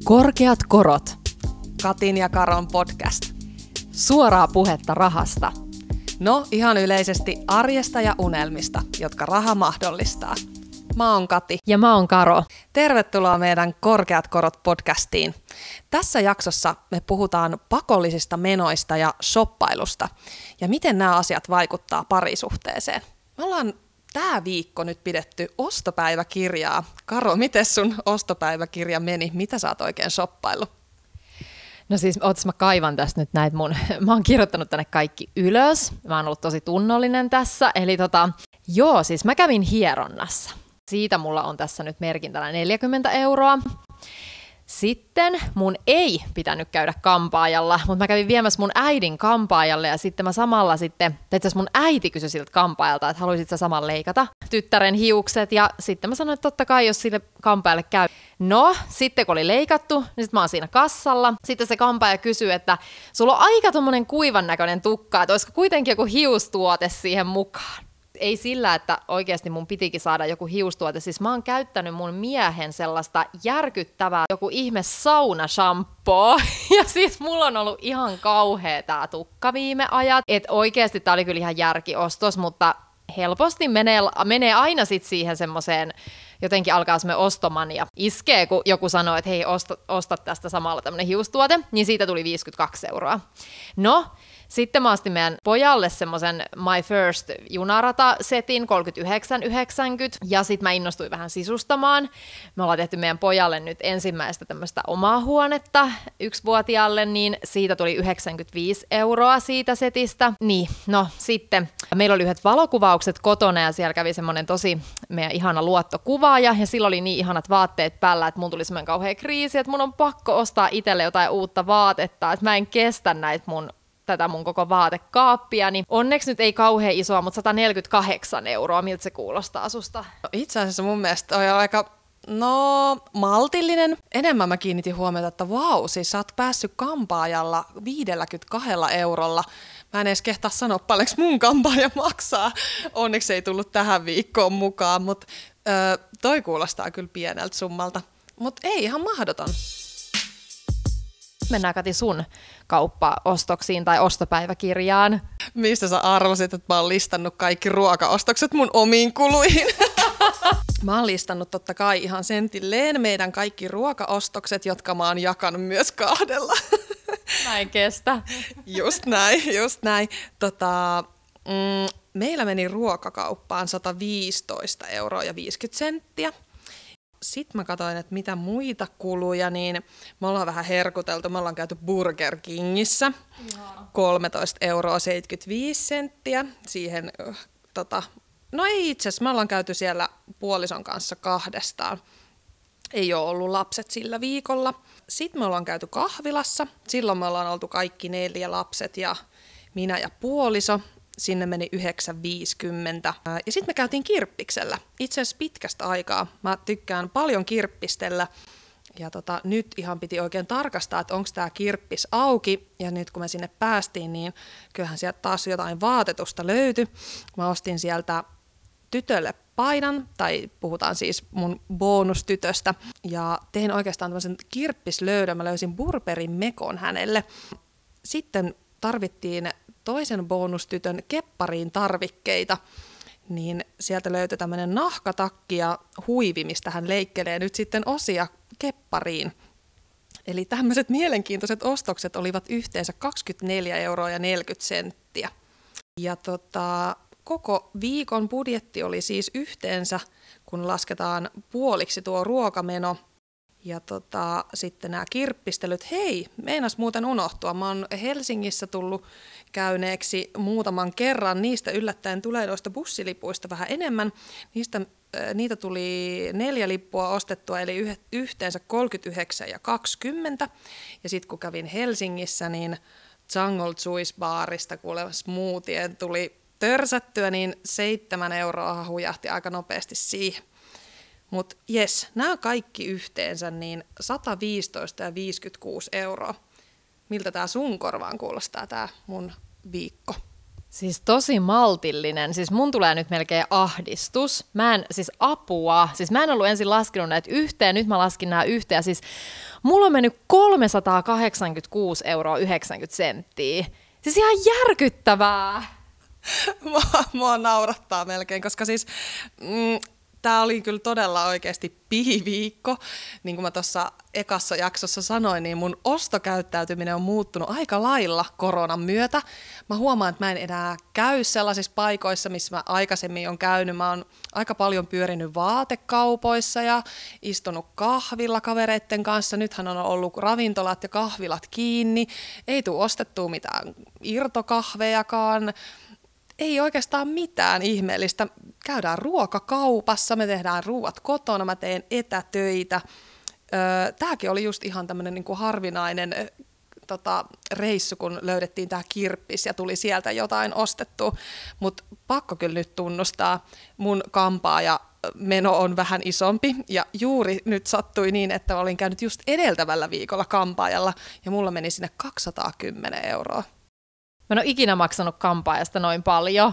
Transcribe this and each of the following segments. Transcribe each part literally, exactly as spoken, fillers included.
Korkeat korot. Katin ja Karon podcast. Suoraa puhetta rahasta. No, ihan yleisesti arjesta ja unelmista, jotka raha mahdollistaa. Mä oon Kati. Ja mä oon Karo. Tervetuloa meidän Korkeat korot podcastiin. Tässä jaksossa me puhutaan pakollisista menoista ja shoppailusta ja miten nämä asiat vaikuttaa parisuhteeseen. Me ollaan tää viikko nyt pidetty ostopäiväkirjaa. Karo, miten sun ostopäiväkirja meni? Mitä sä oot oikein shoppaillut? No siis, ootas mä kaivan tästä nyt näitä mun, mä oon kirjoittanut tänne kaikki ylös. Mä oon ollut tosi tunnollinen tässä. Eli tota, joo, siis mä kävin hieronnassa. Siitä mulla on tässä nyt merkintänä neljäkymmentä euroa. Sitten mun ei pitänyt käydä kampaajalla, mutta mä kävin viemässä mun äidin kampaajalle ja sitten mä samalla sitten, tai itse asiassa mun äiti kysyi siltä kampaajalta, että haluaisit sä samalla leikata tyttären hiukset ja sitten mä sanoin, että totta kai jos sille kampaajalle käy. No, sitten kun oli leikattu, niin sitten mä oon siinä kassalla. Sitten se kampaaja kysyy, että sulla on aika tommonen kuivan näköinen tukka, että olisiko kuitenkin joku hiustuote siihen mukaan. Ei sillä, että oikeasti mun pitikin saada joku hiustuote. Siis mä oon käyttänyt mun miehen sellaista järkyttävää joku ihme saunashampoo. Ja siis mulla on ollut ihan kauhea tää tukka viime ajat. Että oikeasti tää oli kyllä ihan järkiostos, mutta helposti menee, menee aina sit siihen semmoseen, jotenkin alkaa semmoinen ostomania. Iskee, kun joku sanoo, että hei, osta, osta tästä samalla tämmönen hiustuote, niin siitä tuli viisikymmentäkaksi euroa. No, sitten mä ostin meidän pojalle semmoisen My First junarata-setin kolmekymmentäyhdeksän yhdeksänkymmentä ja sitten mä innostuin vähän sisustamaan. Me ollaan tehty meidän pojalle nyt ensimmäistä tämmöistä omaa huonetta yksivuotiaalle, niin siitä tuli yhdeksänkymmentäviisi euroa siitä setistä. Niin, no sitten meillä oli yhdet valokuvaukset kotona ja siellä kävi semmoinen tosi meidän ihana luottokuvaaja ja silloin oli niin ihanat vaatteet päällä, että mun tuli semmoinen kauhea kriisi, että mun on pakko ostaa itselle jotain uutta vaatetta, että mä en kestä näitä mun tätä mun koko vaatekaappia, niin onneksi nyt ei kauhean isoa, mutta sata neljäkymmentäkahdeksan euroa, miltä se kuulostaa asusta? No, itse asiassa mun mielestä on aika, no, maltillinen. Enemmän mä kiinnitin huomiota, että vau, siis sä oot päässyt kampaajalla viidelläkymmenelläkahdella eurolla. Mä en edes kehtaa sanoa, paljonko mun kampaaja maksaa. Onneksi ei tullut tähän viikkoon mukaan, mutta ö, toi kuulostaa kyllä pieneltä summalta. Mutta ei ihan mahdoton. Mennään Kati sun kauppaostoksiin tai ostopäiväkirjaan. Mistä sä arvasit, että mä oon listannut kaikki ruokaostokset mun omiin kuluihin? Mä oon listannut totta kai ihan sentilleen meidän kaikki ruokaostokset, jotka mä oon jakanut myös kahdella. Mä en kestä. Just näin, just näin. Tota, mm, meillä meni ruokakauppaan sata viisitoista euroa ja viisikymmentä senttiä. Sitten mä katsoin, että mitä muita kuluja, niin me ollaan vähän herkuteltu. Me ollaan käyty Burger Kingissä, kolmetoista euroa seitsemänkymmentäviisi senttiä. Siihen, tota, no ei itse asiassa, me ollaan käyty siellä puolison kanssa kahdestaan. Ei ole ollut lapset sillä viikolla. Sitten me ollaan käyty kahvilassa. Silloin me ollaan oltu kaikki neljä lapset ja minä ja puoliso. Sinne meni yhdeksän viisikymmentä. Ja sitten me käytiin kirppiksellä. Itse asiassa pitkästä aikaa. Mä tykkään paljon kirppistellä. Ja tota, nyt ihan piti oikein tarkastaa, että onko tämä kirppis auki. Ja nyt kun me sinne päästiin, niin kyllähän sieltä taas jotain vaatetusta löytyi. Mä ostin sieltä tytölle paidan, tai puhutaan siis mun bonustytöstä. Ja tein oikeastaan tämmöisen kirppislöydön. Mä löysin Burberryn mekon hänelle. Sitten tarvittiin toisen bonustytön keppariin tarvikkeita, niin sieltä löytyi tämmöinen nahkatakki ja huivi, mistä hän leikkelee nyt sitten osia keppariin. Eli tämmöiset mielenkiintoiset ostokset olivat yhteensä kaksikymmentäneljä euroa ja neljäkymmentä senttiä. Ja tota, koko viikon budjetti oli siis yhteensä, kun lasketaan puoliksi tuo ruokameno, ja tota, sitten nämä kirppistelyt, hei, meinas muuten unohtua. Mä oon Helsingissä tullut käyneeksi muutaman kerran. Niistä yllättäen tulee noista bussilipuista vähän enemmän. Niistä, äh, niitä tuli neljä lippua ostettua, eli yh, yhteensä kolmekymmentäyhdeksän ja kaksikymmentä. Ja sitten kun kävin Helsingissä, niin Jungle Juice Barista kuulemma smoothien tuli törsättyä, niin seitsemän euroa hujahti aika nopeasti siihen. Mutta jes, nämä kaikki yhteensä niin sata viisitoista ja viisikymmentäkuusi euroa. Miltä tämä sun korvaan kuulostaa tämä mun viikko? Siis tosi maltillinen. Siis mun tulee nyt melkein ahdistus. Mä en, siis apua. Siis mä en ollut ensin laskenut näitä yhteen, nyt mä laskin nämä yhteen. Siis mulla on mennyt kolmesataakahdeksankymmentäkuusi euroa yhdeksänkymmentä senttiä. Siis ihan järkyttävää. mua, mua naurattaa melkein, koska siis mm, tämä oli kyllä todella oikeasti pihiviikko. Niin kuin mä tuossa ekassa jaksossa sanoin, niin mun ostokäyttäytyminen on muuttunut aika lailla koronan myötä. Mä huomaan, että mä en enää käy sellaisissa paikoissa, missä mä aikaisemmin on käynyt. Mä oon aika paljon pyörinyt vaatekaupoissa ja istunut kahvilla kavereitten kanssa. Nythän on ollut ravintolat ja kahvilat kiinni. Ei tule ostettua mitään irtokahvejakaan. Ei oikeastaan mitään ihmeellistä. Käydään ruokakaupassa, me tehdään ruuat kotona, mä teen etätöitä. Öö, tääkin oli just ihan tämmönen niinku harvinainen ö, tota, reissu, kun löydettiin tää kirppis ja tuli sieltä jotain ostettua. Mutta pakko kyllä nyt tunnustaa, mun kampaaja meno on vähän isompi ja juuri nyt sattui niin, että olin käynyt just edeltävällä viikolla kampaajalla ja mulla meni sinne kaksisataakymmenen euroa. Mä en ole ikinä maksanut kampaajasta noin paljon.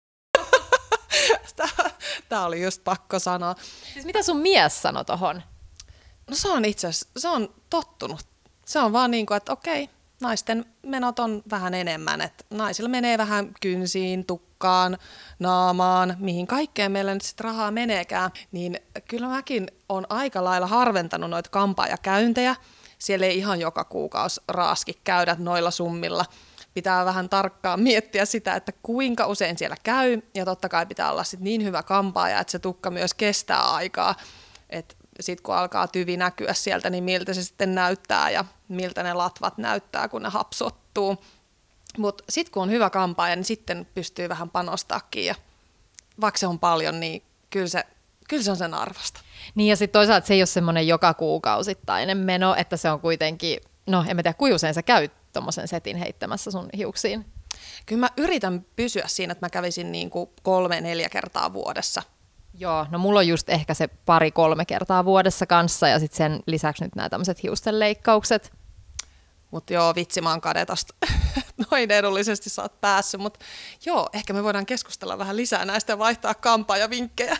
Tämä oli just pakko sanoa. Siis mitä sun mies sanoi tohon? No se on itse asiassa, se on tottunut. Se on vaan niin kuin, että okei, naisten menot on vähän enemmän. Että naisilla menee vähän kynsiin, tukkaan, naamaan, mihin kaikkeen meillä nyt sitten rahaa meneekään. Niin kyllä mäkin on aika lailla harventanut noita kampaajakäyntejä. Siellä ei ihan joka kuukausi raaski käydä noilla summilla. Pitää vähän tarkkaan miettiä sitä, että kuinka usein siellä käy, ja totta kai pitää olla sit niin hyvä kampaaja, että se tukka myös kestää aikaa, että sitten kun alkaa tyvi näkyä sieltä, niin miltä se sitten näyttää ja miltä ne latvat näyttää, kun ne hapsottuu. Mutta sitten kun on hyvä kampaaja, niin sitten pystyy vähän panostaakin, ja vaikka se on paljon, niin kyllä se, kyllä se on sen arvosta. Niin ja sitten toisaalta se ei ole semmoinen joka kuukausittainen meno, että se on kuitenkin, no en mä tiedä, kuinka usein sä käyt tommosen setin heittämässä sun hiuksiin? Kyllä mä yritän pysyä siinä, että mä kävisin niin kuin kolme, neljä kertaa vuodessa. Joo, no mulla on just ehkä se pari-kolme kertaa vuodessa kanssa ja sitten sen lisäksi nyt nämä tämmöiset hiusten leikkaukset. Mutta joo, vitsi, mä oon kade tosta. Noin edullisesti sä oot päässyt, mutta joo, ehkä me voidaan keskustella vähän lisää näistä ja vaihtaa kampaa ja vinkkejä.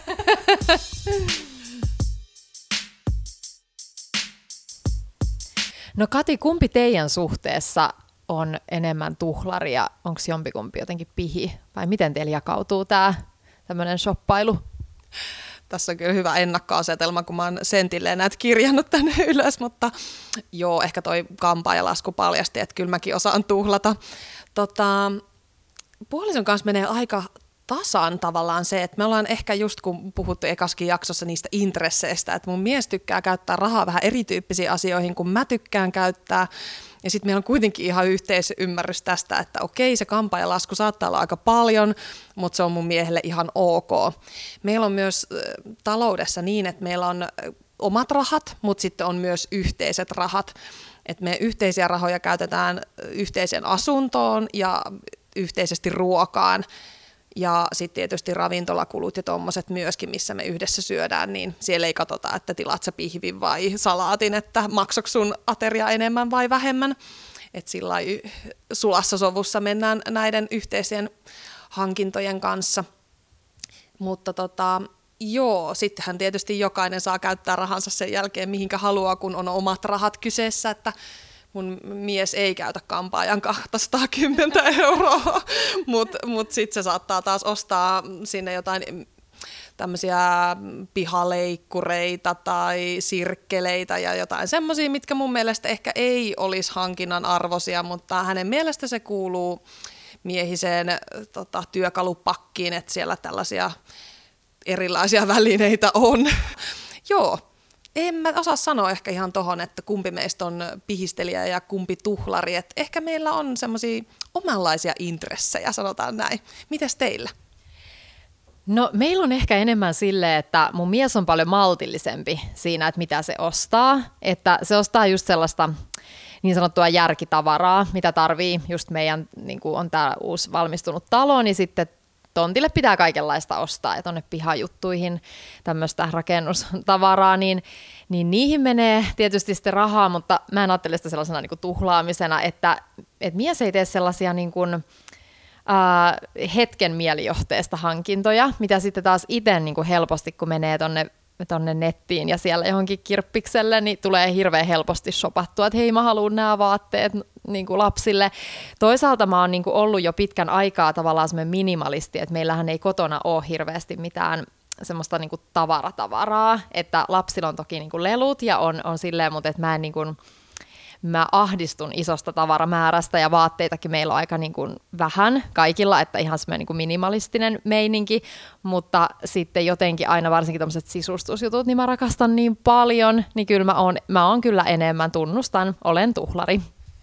No Kati, kumpi teidän suhteessa on enemmän tuhlari ja onko jompikumpi jotenkin pihi? Vai miten teillä jakautuu tämä tämmöinen shoppailu? Tässä on kyllä hyvä ennakkoasetelma, kun mä oon sentilleen näitä kirjannut tänne ylös, mutta joo, ehkä toi kampaajalasku paljasti, että kyllä mäkin osaan tuhlata. Tota, puolison kanssa menee aika tasan tavallaan se, että me ollaan ehkä just kun puhuttu ekaskin jaksossa niistä intresseistä, että mun mies tykkää käyttää rahaa vähän erityyppisiin asioihin kuin mä tykkään käyttää. Ja sitten meillä on kuitenkin ihan yhteisymmärrys tästä, että okei, se kampaajalasku saattaa olla aika paljon, mutta se on mun miehelle ihan ok. Meillä on myös taloudessa niin, että meillä on omat rahat, mutta sitten on myös yhteiset rahat. Että me yhteisiä rahoja käytetään yhteiseen asuntoon ja yhteisesti ruokaan. Ja sitten tietysti ravintolakulut ja tommoset myöskin, missä me yhdessä syödään, niin siellä ei katsota, että tilaat sä pihvin vai salaatin, että maksaks sun ateria enemmän vai vähemmän. Että sillä sulassa sovussa mennään näiden yhteisien hankintojen kanssa. Mutta tota, joo, sittenhän tietysti jokainen saa käyttää rahansa sen jälkeen mihinkä haluaa, kun on omat rahat kyseessä, että mun mies ei käytä kampaajan kaksisataakymmentä euroa, mutta mut sitten se saattaa taas ostaa sinne jotain tämmöisiä pihaleikkureita tai sirkkeleitä ja jotain semmoisia, mitkä mun mielestä ehkä ei olisi hankinnan arvoisia, mutta hänen mielestä se kuuluu miehiseen tota, työkalupakkiin, että siellä tällaisia erilaisia välineitä on. Joo. En mä osaa sanoa ehkä ihan tohon, että kumpi meistä on pihistelijä ja kumpi tuhlari. Et ehkä meillä on semmoisia omanlaisia intressejä, sanotaan näin. Mites teillä? No meillä on ehkä enemmän silleen, että mun mies on paljon maltillisempi siinä, että mitä se ostaa. Että se ostaa just sellaista niin sanottua järkitavaraa, mitä tarvii. Just meidän, niin kuin on tää uusi valmistunut talo, niin sitten tontille pitää kaikenlaista ostaa ja tuonne pihajuttuihin tämmöistä rakennustavaraa, niin, niin niihin menee tietysti sitten rahaa, mutta mä en ajattele sitä sellaisena niin kuin tuhlaamisena, että, että mies ei tee sellaisia niin kuin, ää, hetken mielijohteesta hankintoja, mitä sitten taas itse niin kuin helposti, kun menee tonne tonne nettiin ja siellä johonkin kirppikselle, niin tulee hirveän helposti shopattua, että hei, mä haluan nämä vaatteet niin kuin lapsille. Toisaalta mä oon niin kuin ollut jo pitkän aikaa tavallaan semmoinen minimalisti, että meillähän ei kotona ole hirveästi mitään semmoista niin kuin tavaratavaraa, että lapsilla on toki niin kuin lelut ja on, on silleen, mutta että mä en niin kuin, mä ahdistun isosta tavaramäärästä ja vaatteitakin meillä on aika niin kuin vähän kaikilla, että ihan semmoinen niin kuin minimalistinen meininki, mutta sitten jotenkin aina varsinkin tämmöiset sisustusjutut, niin mä rakastan niin paljon, niin kyllä mä oon, mä oon kyllä enemmän, tunnustan, olen tuhlari.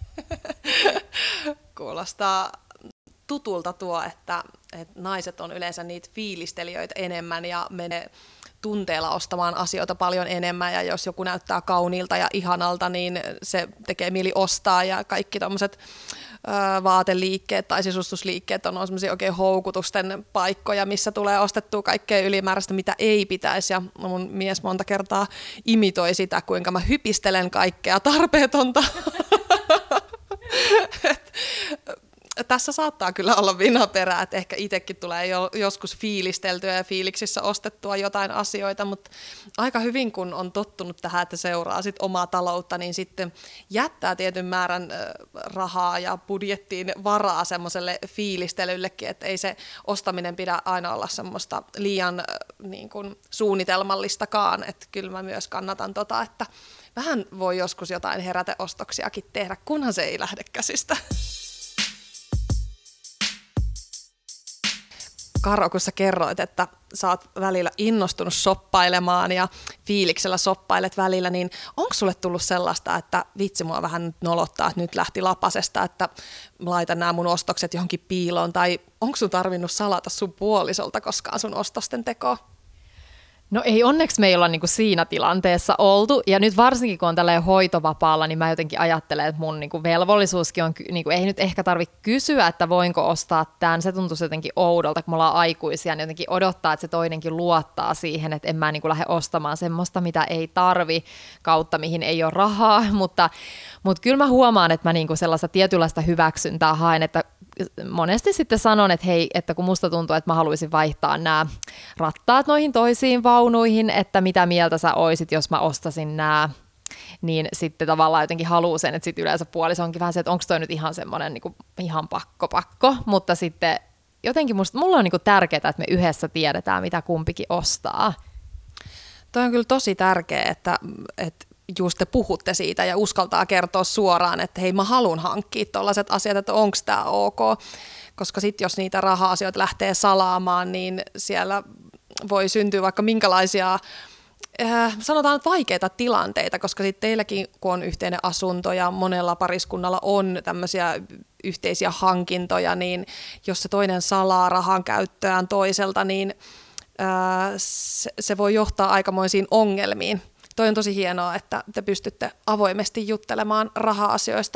Kuulostaa tutulta tuo, että, että naiset on yleensä niitä fiilistelijöitä enemmän ja menee tunteella ostamaan asioita paljon enemmän, ja jos joku näyttää kauniilta ja ihanalta, niin se tekee mieli ostaa, ja kaikki tommoset ö, vaateliikkeet tai sisustusliikkeet on semmoisia oikein houkutusten paikkoja, missä tulee ostettua kaikkea ylimääräistä, mitä ei pitäisi, ja mun mies monta kertaa imitoi sitä, kuinka mä hypistelen kaikkea tarpeetonta. Tässä saattaa kyllä olla vinaperää, että ehkä itsekin tulee jo, joskus fiilisteltyä ja fiiliksissä ostettua jotain asioita, mutta aika hyvin kun on tottunut tähän, että seuraa sit omaa taloutta, niin sitten jättää tietyn määrän rahaa ja budjettiin varaa semmoiselle fiilistelyllekin, että ei se ostaminen pidä aina olla semmoista liian niin kuin suunnitelmallistakaan, että kyllä mä myös kannatan tota, että vähän voi joskus jotain heräteostoksiakin tehdä, kunhan se ei lähde käsistä. Karo, kun sä kerroit, että sä oot välillä innostunut shoppailemaan ja fiiliksellä shoppailet välillä, niin onko sulle tullut sellaista, että vitsi, mua vähän nyt nolottaa, että nyt lähti lapasesta, että laitan nämä mun ostokset johonkin piiloon, tai onko sun tarvinnut salata sun puolisolta koskaan sun ostosten tekoa? No ei onneksi me ei olla niinku siinä tilanteessa oltu, ja nyt varsinkin kun on tälleen hoitovapaalla, niin mä jotenkin ajattelen, että mun niinku velvollisuuskin on, niinku, ei nyt ehkä tarvitse kysyä, että voinko ostaa tämän, se tuntuu jotenkin oudolta, kun me ollaan aikuisia, niin jotenkin odottaa, että se toinenkin luottaa siihen, että en mä niinku lähde ostamaan semmoista, mitä ei tarvi, kautta mihin ei ole rahaa, mutta, mutta kyllä mä huomaan, että mä niinku sellaista tietynlaista hyväksyntää haen, että monesti sitten sanon, että hei, että kun musta tuntuu, että mä haluaisin vaihtaa nämä rattaat noihin toisiin vaunuihin, että mitä mieltä sä oisit, jos mä ostasin nämä, niin sitten tavallaan jotenkin haluaa sen, että sitten yleensä puoliso onkin vähän se, että onko toi nyt ihan semmoinen niin kuin, ihan pakko pakko, mutta sitten jotenkin musta, mulla on niin kuin tärkeää, että me yhdessä tiedetään, mitä kumpikin ostaa. Toi on kyllä tosi tärkeää, että, että just te puhutte siitä ja uskaltaa kertoa suoraan, että hei, mä haluan hankkia tollaiset asiat, että onko tämä ok, koska sitten jos niitä raha-asioita lähtee salaamaan, niin siellä voi syntyä vaikka minkälaisia, äh, sanotaan vaikeita tilanteita, koska sitten teilläkin, kun on yhteinen asunto ja monella pariskunnalla on tämmöisiä yhteisiä hankintoja, niin jos se toinen salaa rahan käyttöään toiselta, niin äh, se, se voi johtaa aikamoisiin ongelmiin. Toi on tosi hienoa, että te pystytte avoimesti juttelemaan raha-asioista.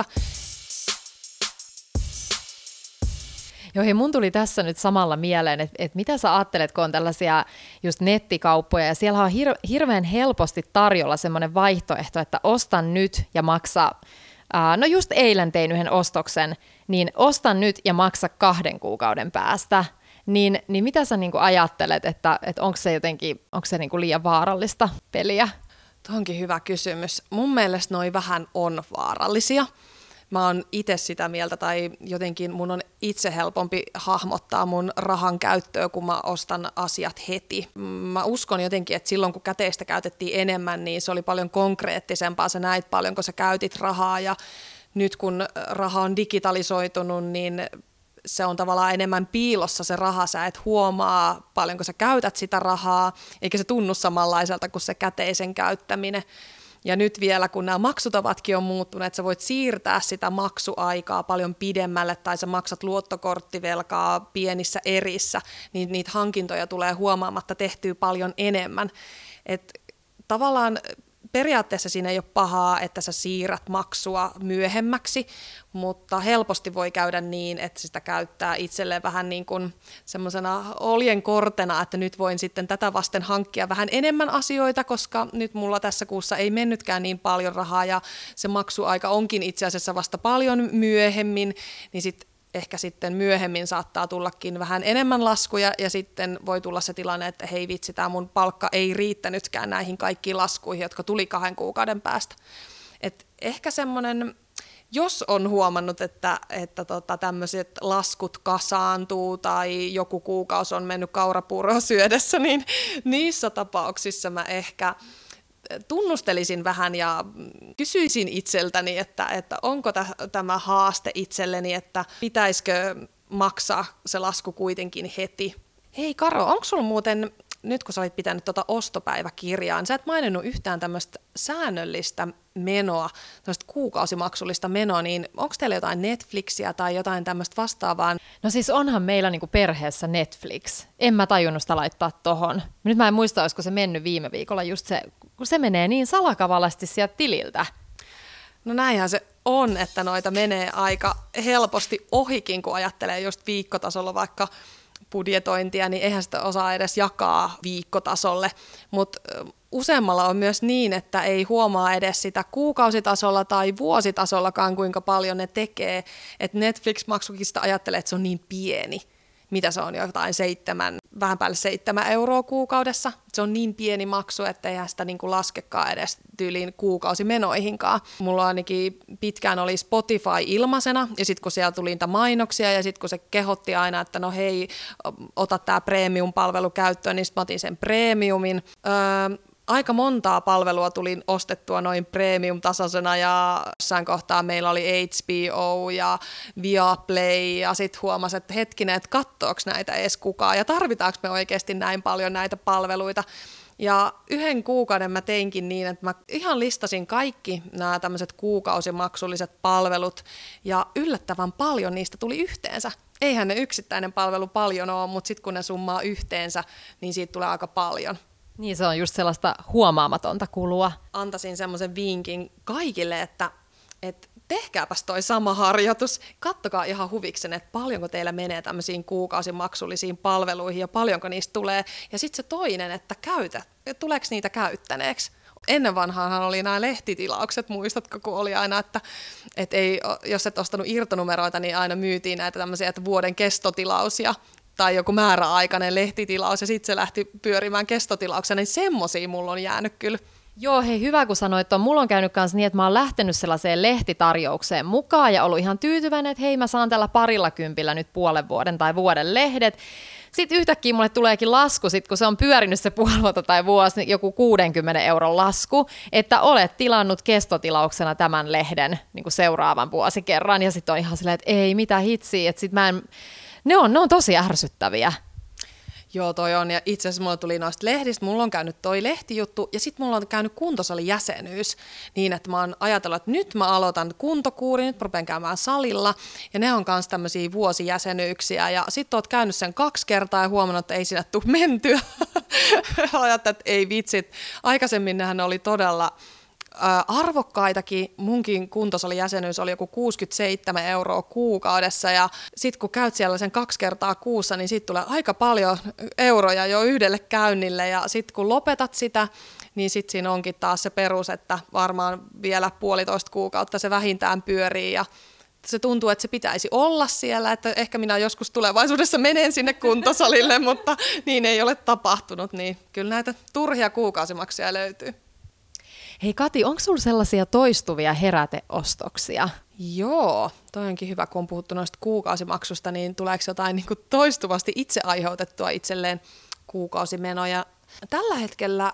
Joo, hei, mun tuli tässä nyt samalla mieleen, että, että mitä sä ajattelet, kun on tällaisia just nettikauppoja, ja siellä on hir- hirveän helposti tarjolla semmoinen vaihtoehto, että ostan nyt ja maksa, ää, no just eilen tein yhden ostoksen, niin ostan nyt ja maksa kahden kuukauden päästä. Niin, niin mitä sä niinku ajattelet, että, että onko se jotenkin, onko se niinku liian vaarallista peliä? Tuo onkin hyvä kysymys. Mun mielestä noi vähän on vaarallisia. Mä oon itse sitä mieltä, tai jotenkin mun on itse helpompi hahmottaa mun rahan käyttöä, kun mä ostan asiat heti. Mä uskon jotenkin, että silloin kun käteistä käytettiin enemmän, niin se oli paljon konkreettisempaa. Sä näit paljonko sä käytit rahaa, ja nyt kun raha on digitalisoitunut, niin se on tavallaan enemmän piilossa se raha, sä et huomaa paljonko sä käytät sitä rahaa, eikä se tunnu samanlaiselta kuin se käteisen käyttäminen. Ja nyt vielä, kun nämä maksutavatkin on muuttuneet, että sä voit siirtää sitä maksuaikaa paljon pidemmälle, tai sä maksat luottokorttivelkaa pienissä erissä, niin niitä hankintoja tulee huomaamatta tehtyä paljon enemmän. Et tavallaan periaatteessa siinä ei ole pahaa, että sä siirrät maksua myöhemmäksi, mutta helposti voi käydä niin, että sitä käyttää itselleen vähän niin kuin semmoisena oljenkortena, että nyt voin sitten tätä vasten hankkia vähän enemmän asioita, koska nyt mulla tässä kuussa ei mennytkään niin paljon rahaa ja se maksuaika onkin itse asiassa vasta paljon myöhemmin, niin sitten ehkä sitten myöhemmin saattaa tullakin vähän enemmän laskuja ja sitten voi tulla se tilanne, että hei vitsi, tämä mun palkka ei riittänytkään näihin kaikkiin laskuihin, jotka tuli kahden kuukauden päästä. Et ehkä semmoinen, jos on huomannut, että, että tota, tämmöiset laskut kasaantuu tai joku kuukausi on mennyt kaurapuuroa syödessä, niin niissä tapauksissa mä ehkä tunnustelisin vähän ja kysyisin itseltäni, että, että onko t- tämä haaste itselleni, että pitäisikö maksaa se lasku kuitenkin heti. Hei Karo, onko sulla muuten, nyt kun sä olit pitänyt tuota ostopäiväkirjaa, niin sä et maininnut yhtään tämmöistä säännöllistä menoa, tämmöistä kuukausimaksullista menoa, niin onko teillä jotain Netflixiä tai jotain tämmöistä vastaavaa? No siis onhan meillä niinku perheessä Netflix. En mä tajunnut sitä laittaa tohon. Nyt mä en muista, olisiko se mennyt viime viikolla just se, kun se menee niin salakavalasti sieltä tililtä. No näinhän se on, että noita menee aika helposti ohikin, kun ajattelee just viikkotasolla vaikka budjetointia, niin eihän sitä osaa edes jakaa viikkotasolle, mutta useammalla on myös niin, että ei huomaa edes sitä kuukausitasolla tai vuositasollakaan, kuinka paljon ne tekee, että Netflix-maksukin sitä ajattelee, että se on niin pieni, mitä se on, jotain seitsemän, vähän päälle seitsemän euroa kuukaudessa. Se on niin pieni maksu, että eihän sitä niin kuin laskekaan edes tyyliin kuukausimenoihinkaan. Mulla ainakin pitkään oli Spotify ilmaisena, ja sitten kun siellä tuli niitä mainoksia, ja sitten kun se kehotti aina, että no hei, ota tämä premium-palvelu käyttöön, niin sitten mä otin sen premiumin. Öö, Aika montaa palvelua tuli ostettua noin premium-tasoisena ja jossain kohtaa meillä oli H B O ja Viaplay ja sitten huomasi, että hetkinen, että kattooks näitä edes kukaan ja tarvitaanko me oikeasti näin paljon näitä palveluita. Ja yhden kuukauden mä teinkin niin, että mä ihan listasin kaikki nämä tämmöiset kuukausimaksulliset palvelut ja yllättävän paljon niistä tuli yhteensä. Eihän ne yksittäinen palvelu paljon ole, mutta sitten kun ne summaa yhteensä, niin siitä tulee aika paljon. Niin se on just sellaista huomaamatonta kulua. Antaisin semmoisen vinkin kaikille, että, että tehkääpäs toi sama harjoitus. Kattokaa ihan huviksen, että paljonko teillä menee tämmöisiin kuukausimaksullisiin palveluihin ja paljonko niistä tulee. Ja sitten se toinen, että käytä, tuleeko niitä käyttäneeksi. Ennen vanhaanhan oli nämä lehtitilaukset, muistatko, kun oli aina, että, että ei, jos et ostanut irtonumeroita, niin aina myytiin näitä tämmöisiä, että vuoden kestotilaus ja tai joku määräaikainen lehtitilaus ja sitten se lähti pyörimään kestotilauksena, niin semmosia mulla on jäänyt kyllä. Joo, hei, hyvä kun sanoit, että mulla on käynyt kanssa niin, että mä oon lähtenyt sellaiseen lehtitarjoukseen mukaan ja ollut ihan tyytyväinen, että hei, mä saan tällä parilla kympillä nyt puolen vuoden tai vuoden lehdet. Sitten yhtäkkiä mulle tuleekin lasku, sit kun se on pyörinyt se puoli vuotta tai vuosi, niin joku kuudenkymmenen euron lasku, että olet tilannut kestotilauksena tämän lehden niin kuin seuraavan vuosikerran. Ja sitten on ihan silleen, että ei, mitä hitsiä, että sit mä en... Ne on, ne on tosi ärsyttäviä. Joo, toi on. Ja itse asiassa mulla tuli noista lehdistä, mulla on käynyt toi lehtijuttu ja sitten mulla on käynyt kuntosalijäsenyys niin, että mä oon ajatellut, että nyt mä aloitan kuntokuuri, nyt mä rupean käymään salilla ja ne on myös tämmöisiä vuosijäsenyyksiä ja sitten oot käynyt sen kaksi kertaa ja huomannut, että ei sinä tule mentyä. Ajattelin, että ei vitsit. Aikaisemmin nehän oli todella arvokkaitakin. Munkin kuntosalijäsenyys oli joku kuusikymmentäseitsemän euroa kuukaudessa ja sitten kun käyt siellä sen kaksi kertaa kuussa, niin siitä tulee aika paljon euroja jo yhdelle käynnille ja sitten kun lopetat sitä, niin sitten siinä onkin taas se perus, että varmaan vielä puolitoista kuukautta se vähintään pyörii ja se tuntuu, että se pitäisi olla siellä, että ehkä minä joskus tulevaisuudessa menen sinne kuntosalille, mutta niin ei ole tapahtunut, niin kyllä näitä turhia kuukausimaksuja löytyy. Hei Kati, onko sulla sellaisia toistuvia heräteostoksia? Joo, toi onkin hyvä, kun on puhuttu noista kuukausimaksusta, niin tuleeko jotain niin kuin toistuvasti itse aiheutettua itselleen kuukausimenoja? Tällä hetkellä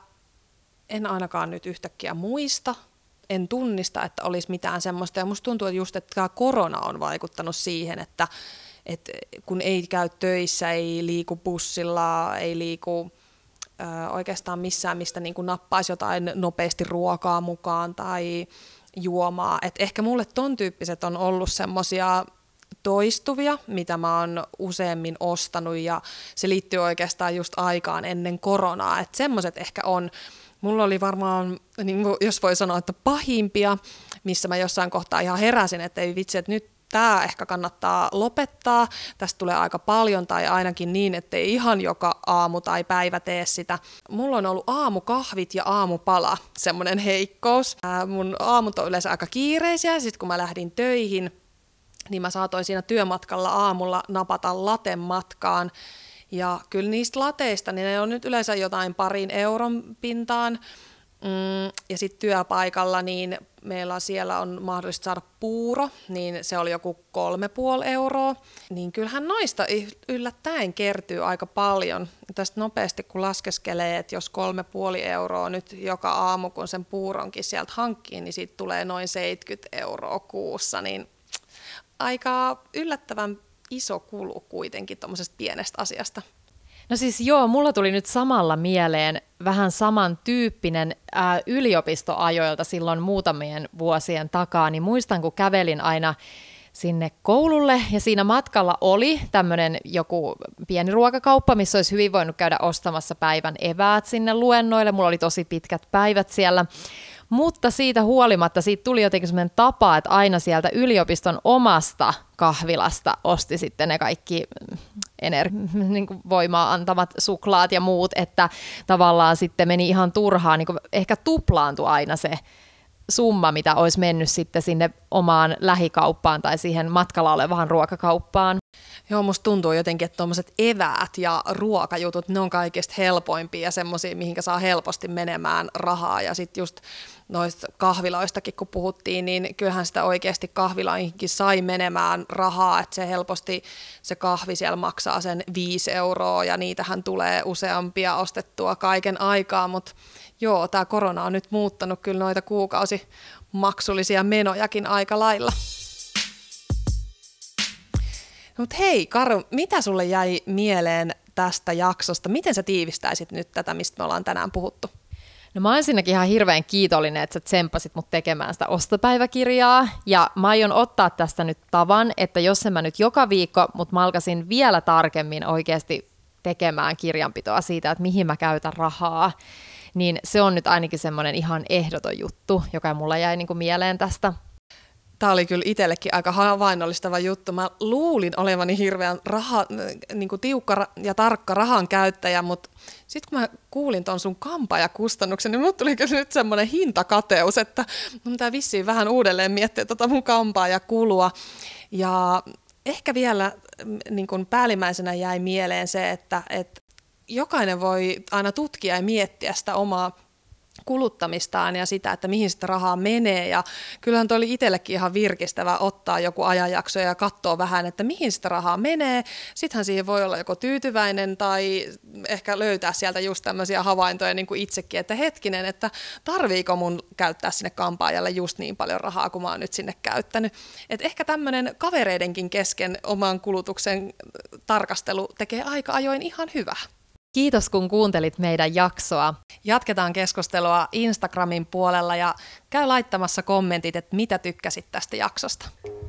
en ainakaan nyt yhtäkkiä muista, en tunnista, että olisi mitään semmoista. Ja musta tuntuu, että just, että tämä korona on vaikuttanut siihen, että, että kun ei käy töissä, ei liiku bussilla, ei liiku oikeastaan missään, mistä niin kuin nappaisi jotain nopeasti ruokaa mukaan tai juomaa. Et ehkä mulle ton tyyppiset on ollut semmosia toistuvia, mitä mä oon useammin ostanut ja se liittyy oikeastaan just aikaan ennen koronaa. Että semmoiset ehkä on. Mulla oli varmaan, niin kuin jos voi sanoa, että pahimpia, missä mä jossain kohtaa ihan heräsin, että ei vitsi, että nyt tämä ehkä kannattaa lopettaa, tästä tulee aika paljon tai ainakin niin, ettei ihan joka aamu tai päivä tee sitä. Mulla on ollut aamukahvit ja aamupala, semmoinen heikkous. Ää, mun aamut on yleensä aika kiireisiä, sitten kun mä lähdin töihin, niin mä saatoin siinä työmatkalla aamulla napata laten matkaan. Ja kyllä niistä lateista, niin ne on nyt yleensä jotain parin euron pintaan. Mm, ja sitten työpaikalla, niin meillä siellä on mahdollista saada puuro, niin se oli joku kolme puoli euroa. Niin kyllähän noista yllättäen kertyy aika paljon. Tästä nopeasti kun laskeskelee, että jos kolme puoli euroa nyt joka aamu, kun sen puuronkin sieltä hankkii, niin siitä tulee noin seitsemänkymmentä euroa kuussa. Niin aika yllättävän iso kulu kuitenkin tuommoisesta pienestä asiasta. No siis joo, mulla tuli nyt samalla mieleen vähän samantyyppinen ää, yliopistoajoilta silloin muutamien vuosien takaa, niin muistan, kun kävelin aina sinne koululle ja siinä matkalla oli tämmöinen joku pieni ruokakauppa, missä olisi hyvin voinut käydä ostamassa päivän eväät sinne luennoille. Mulla oli tosi pitkät päivät siellä. Mutta siitä huolimatta siitä tuli jotenkin sellainen tapa, että aina sieltä yliopiston omasta kahvilasta osti sitten ne kaikki ener- niin kuin voimaa antavat suklaat ja muut, että tavallaan sitten meni ihan turhaan, niin kuin ehkä tuplaantui aina se summa, mitä olisi mennyt sitten sinne omaan lähikauppaan tai siihen matkalla olevaan ruokakauppaan. Joo, musta tuntuu jotenkin, että tuommoiset eväät ja ruokajutut, ne on kaikista helpoimpia ja semmoisia, mihinkä saa helposti menemään rahaa. Ja sitten just noista kahviloistakin, kun puhuttiin, niin kyllähän sitä oikeasti kahviloihinkin sai menemään rahaa, että se helposti se kahvi siellä maksaa sen viisi euroa ja niitähän tulee useampia ostettua kaiken aikaa, mutta joo, tämä korona on nyt muuttanut kyllä noita kuukausimaksullisia menojakin aika lailla. Mutta hei Karu, mitä sulle jäi mieleen tästä jaksosta? Miten sä tiivistäisit nyt tätä, mistä me ollaan tänään puhuttu? No mä oon ensinnäkin ihan hirveän kiitollinen, että sä tsemppasit mut tekemään sitä ostopäiväkirjaa. Ja mä aion ottaa tästä nyt tavan, että jos en mä nyt joka viikko, mutta mä alkaisin vielä tarkemmin oikeasti tekemään kirjanpitoa siitä, että mihin mä käytän rahaa, niin se on nyt ainakin semmoinen ihan ehdoton juttu, joka mulla jäi niin kuin mieleen tästä. Tämä oli kyllä itsellekin aika havainnollistava juttu. Mä luulin olevani hirveän raha, niin kuin tiukka ja tarkka rahan käyttäjä, mutta sitten kun mä kuulin ton sun kampaajakustannuksen, niin mulle tuli kyllä nyt semmoinen hintakateus, että mun pitää vissiin vähän uudelleen miettiä tota mun kampaajakulua. Ja ehkä vielä niin kuin päällimmäisenä jäi mieleen se, että, että jokainen voi aina tutkia ja miettiä sitä omaa kuluttamistaan ja sitä, että mihin sitä rahaa menee. Ja kyllähän toi oli itsellekin ihan virkistävä ottaa joku ajanjakso ja katsoa vähän, että mihin sitä rahaa menee. Sittenhän siihen voi olla joko tyytyväinen tai ehkä löytää sieltä just tämmöisiä havaintoja niin kuin itsekin, että hetkinen, että tarviiko mun käyttää sinne kampaajalle just niin paljon rahaa, kuin mä oon nyt sinne käyttänyt. Et ehkä tämmöinen kavereidenkin kesken oman kulutuksen tarkastelu tekee aika ajoin ihan hyvää. Kiitos, kun kuuntelit meidän jaksoa. Jatketaan keskustelua Instagramin puolella ja käy laittamassa kommentit, että mitä tykkäsit tästä jaksosta.